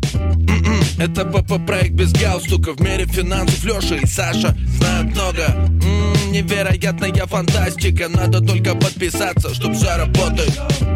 Это ПП-проект без галстука. В мире финансов Лёша и Саша знают много. Невероятная фантастика. Надо только подписаться, чтоб все работает.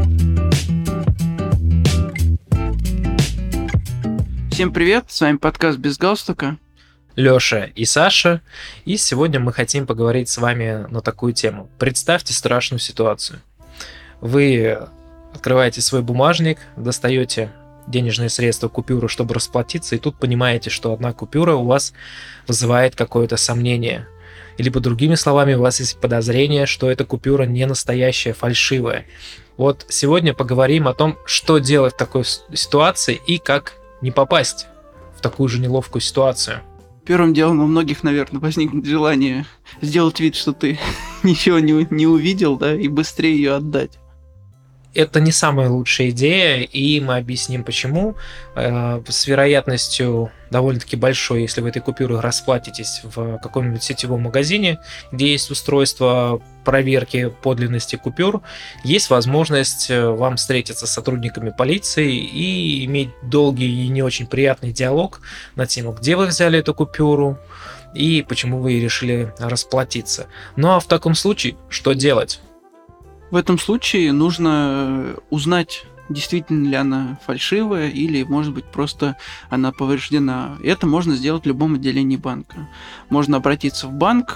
Всем привет, с вами подкаст «Без галстука». Лёша и Саша, и сегодня мы хотим поговорить с вами на такую тему. Представьте страшную ситуацию. Вы открываете свой бумажник, достаете денежные средства, купюру, чтобы расплатиться, и тут понимаете, что одна купюра у вас вызывает какое-то сомнение. Либо другими словами, у вас есть подозрение, что эта купюра не настоящая, фальшивая. Вот сегодня поговорим о том, что делать в такой ситуации и как не попасть в такую же неловкую ситуацию. Первым делом у многих, наверное, возникнет желание сделать вид, что ты ничего не увидел, да, и быстрее ее отдать. Это не самая лучшая идея, и мы объясним почему. С вероятностью довольно-таки большой, если вы этой купюрой расплатитесь в каком-нибудь сетевом магазине, где есть устройство проверки подлинности купюр, есть возможность вам встретиться с сотрудниками полиции и иметь долгий и не очень приятный диалог на тему, где вы взяли эту купюру и почему вы решили расплатиться. Ну а в таком случае, что делать? В этом случае нужно узнать, действительно ли она фальшивая или, может быть, просто она повреждена. Это можно сделать в любом отделении банка. Можно обратиться в банк,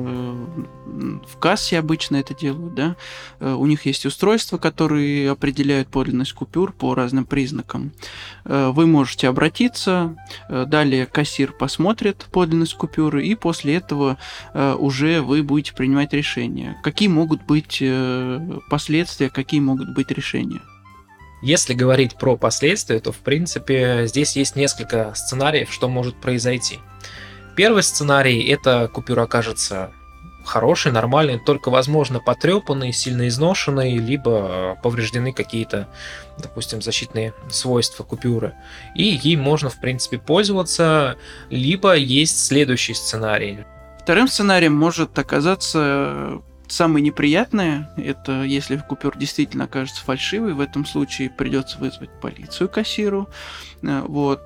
в кассе обычно это делают, да. У них есть устройства, которые определяют подлинность купюр по разным признакам. Вы можете обратиться, далее кассир посмотрит подлинность купюры, и после этого уже вы будете принимать решение. Какие могут быть последствия, какие могут быть решения? Если говорить про последствия, то, в принципе, здесь есть несколько сценариев, что может произойти. Первый сценарий – это купюра окажется хорошей, нормальной, только, возможно, потрепанной, сильно изношенной, либо повреждены какие-то, допустим, защитные свойства купюры. И ей можно, в принципе, пользоваться, либо есть следующий сценарий. Вторым сценарием может оказаться... Самое неприятное, это если купюра действительно окажется фальшивой, в этом случае придется вызвать полицию кассиру. Вот.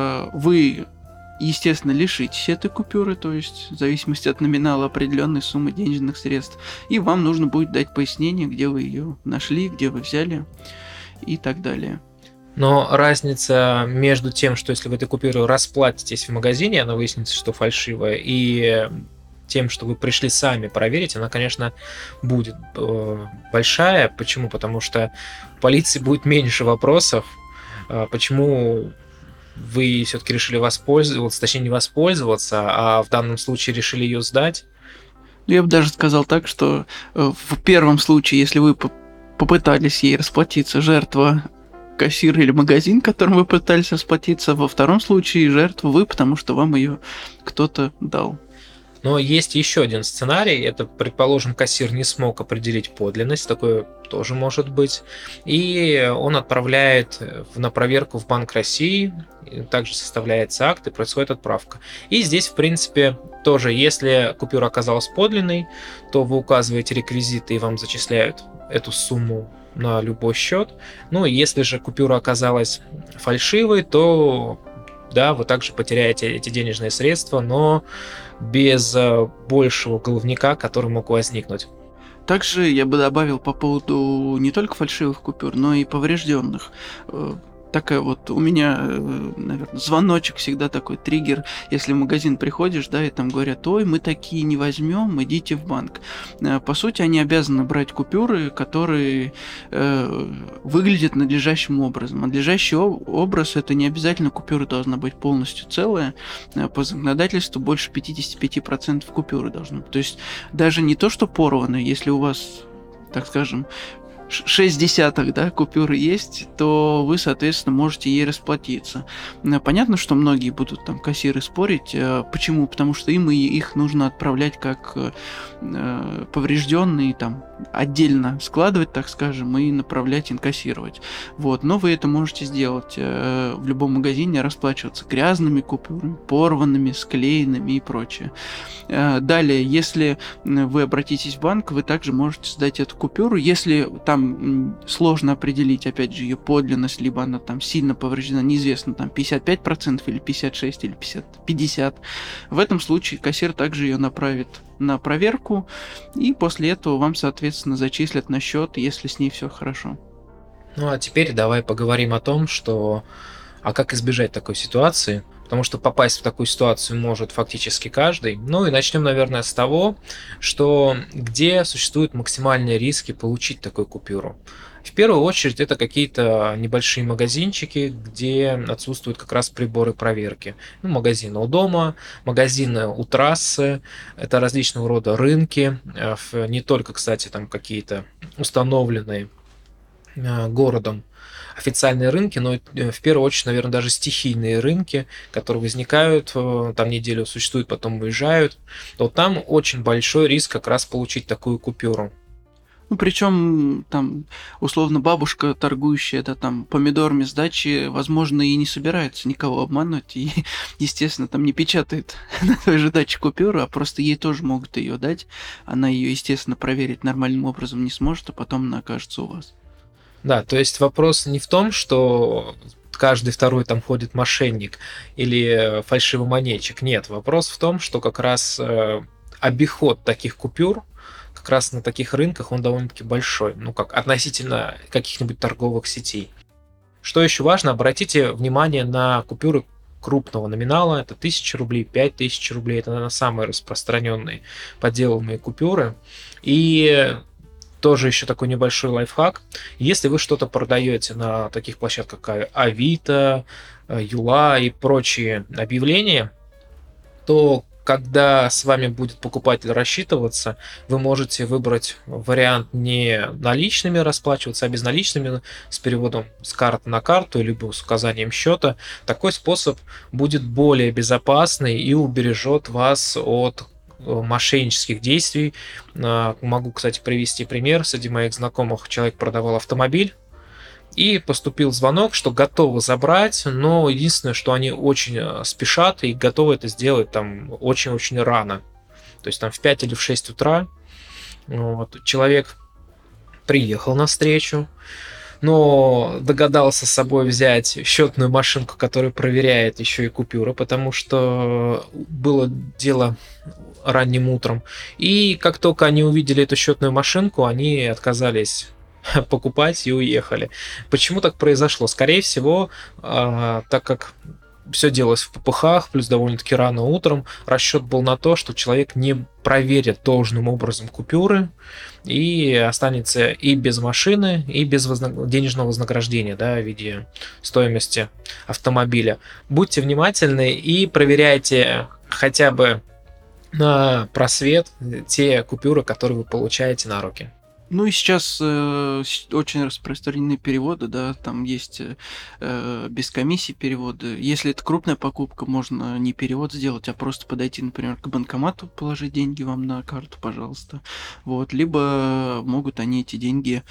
Вы, естественно, лишитесь этой купюры, то есть в зависимости от номинала определенной суммы денежных средств, и вам нужно будет дать пояснение, где вы ее нашли, где вы взяли и так далее. Но разница между тем, что если вы этой купюрой расплатитесь в магазине, она выяснится, что фальшивая, и тем, что вы пришли сами проверить, она, конечно, будет большая. Почему? Потому что у полиции будет меньше вопросов, почему вы все-таки решили воспользоваться, точнее не воспользоваться, а в данном случае решили ее сдать. Я бы даже сказал так, что в первом случае, если вы попытались ей расплатиться, жертва кассир или магазин, которым вы пытались расплатиться, во втором случае жертва вы, потому что вам ее кто-то дал. Но есть еще один сценарий, это, предположим, кассир не смог определить подлинность, такое тоже может быть, и он отправляет на проверку в Банк России, также составляется акт и происходит отправка. И здесь, в принципе, тоже, если купюра оказалась подлинной, то вы указываете реквизиты и вам зачисляют эту сумму на любой счет. Ну, если же купюра оказалась фальшивой, то да, вы также потеряете эти денежные средства, но без большего головняка, который мог возникнуть. Также я бы добавил по поводу не только фальшивых купюр, но и поврежденных. Такая вот у меня, наверное, звоночек всегда такой, триггер, если в магазин приходишь, да, и там говорят: ой, мы такие не возьмем, идите в банк. По сути, они обязаны брать купюры, которые выглядят надлежащим образом. Надлежащий образ — это не обязательно купюра должна быть полностью целая. По законодательству больше 55% купюры должно быть. То есть даже не то, что порваны, если у вас, так скажем, 6 десяток, да, купюры есть, то вы, соответственно, можете ей расплатиться. Понятно, что многие будут там кассиры спорить. Почему? Потому что им их нужно отправлять как поврежденные, там, отдельно складывать, так скажем, и направлять, инкассировать. Вот. Но вы это можете сделать в любом магазине, расплачиваться грязными купюрами, порванными, склеенными и прочее. Далее, если вы обратитесь в банк, вы также можете сдать эту купюру. Если там сложно определить, опять же, ее подлинность, либо она там сильно повреждена, неизвестно, там 55% или 56% или 50%, в этом случае кассир также ее направит на проверку, и после этого вам, соответственно, зачислят на счет, если с ней все хорошо. Ну а теперь давай поговорим о том, как избежать такой ситуации, потому что попасть в такую ситуацию может фактически каждый. Ну и начнем, наверное, с того, что где существуют максимальные риски получить такую купюру. В первую очередь это какие-то небольшие магазинчики, где отсутствуют как раз приборы проверки. Ну, магазины у дома, магазины у трассы, это различного рода рынки, не только, кстати, там какие-то установленные городом официальные рынки, но в первую очередь, наверное, даже стихийные рынки, которые возникают, там неделю существуют, потом уезжают, то там очень большой риск как раз получить такую купюру. Ну, причем там, условно, бабушка, торгующая, да, там, помидорами с дачи, возможно, и не собирается никого обманывать, и, естественно, там не печатает на той же даче купюру, а просто ей тоже могут ее дать. Она ее, естественно, проверить нормальным образом не сможет, а потом она окажется у вас. Да, то есть вопрос не в том, что каждый второй там ходит мошенник или фальшивомонетчик. Нет, вопрос в том, что как раз обиход таких купюр, как раз на таких рынках он довольно-таки большой, ну как относительно каких-нибудь торговых сетей. Что еще важно, обратите внимание на купюры крупного номинала, это 1000 рублей, 5000 рублей, это, наверное, самые распространенные подделываемые купюры. И тоже еще такой небольшой лайфхак. Если вы что-то продаете на таких площадках, как Авито, Юла и прочие объявления, то когда с вами будет покупатель рассчитываться, вы можете выбрать вариант не наличными расплачиваться, а безналичными с переводом с карты на карту, либо с указанием счета. Такой способ будет более безопасный и убережет вас от мошеннических действий. Могу, кстати, привести пример. Среди моих знакомых человек продавал автомобиль, и поступил звонок, что готовы забрать, но единственное, что они очень спешат и готовы это сделать там очень-очень рано. То есть там в 5 или в 6 утра. Вот. Человек приехал на встречу, но догадался с собой взять счетную машинку, которая проверяет еще и купюры, потому что было дело ранним утром. И как только они увидели эту счетную машинку, они отказались покупать и уехали. Почему так произошло? Скорее всего, так как все делалось в попыхах, плюс довольно-таки рано утром, расчет был на то, что человек не проверит должным образом купюры и останется и без машины, и без денежного вознаграждения, да, в виде стоимости автомобиля. Будьте внимательны и проверяйте хотя бы на просвет те купюры, которые вы получаете на руки. Ну и сейчас очень распространены переводы, да, там есть без комиссии переводы. Если это крупная покупка, можно не перевод сделать, а просто подойти, например, к банкомату, положить деньги вам на карту, пожалуйста. Вот. Либо могут они эти деньги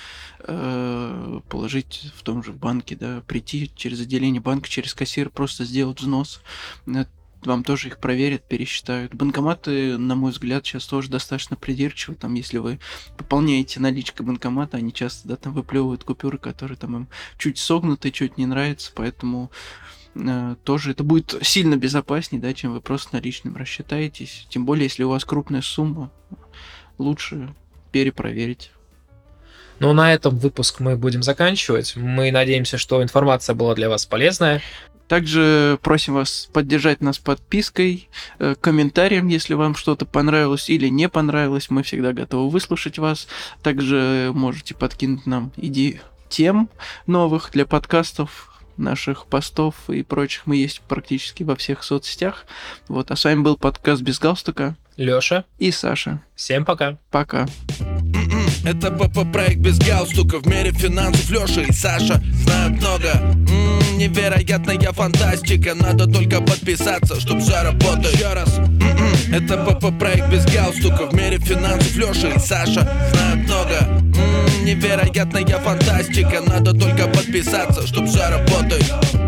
положить в том же банке, да, прийти через отделение банка, через кассир, просто сделать взнос. Вам тоже их проверят, пересчитают. Банкоматы, на мой взгляд, сейчас тоже достаточно придирчивы. Там, если вы пополняете наличкой банкомата, они часто, да, там выплевывают купюры, которые там им чуть согнуты, чуть не нравятся, поэтому тоже это будет сильно безопаснее, да, чем вы просто наличным рассчитаетесь. Тем более, если у вас крупная сумма, лучше перепроверить. Ну, на этом выпуск мы будем заканчивать. Мы надеемся, что информация была для вас полезная. Также просим вас поддержать нас подпиской, комментарием, если вам что-то понравилось или не понравилось. Мы всегда готовы выслушать вас. Также можете подкинуть нам идеи тем новых для подкастов, наших постов и прочих. Мы есть практически во всех соцсетях. Вот. А с вами был подкаст «Без галстука». Лёша и Саша. Всем пока. Пока. Это ПП-проект без галстука. В мире финансов Лёша и Саша. знают много. Невероятная фантастика, надо только подписаться, чтоб заработать. Еще раз. Это ПП-проект без галстука. В мире финансов Леша и Саша знают много. Невероятная фантастика, надо только подписаться, чтоб заработать.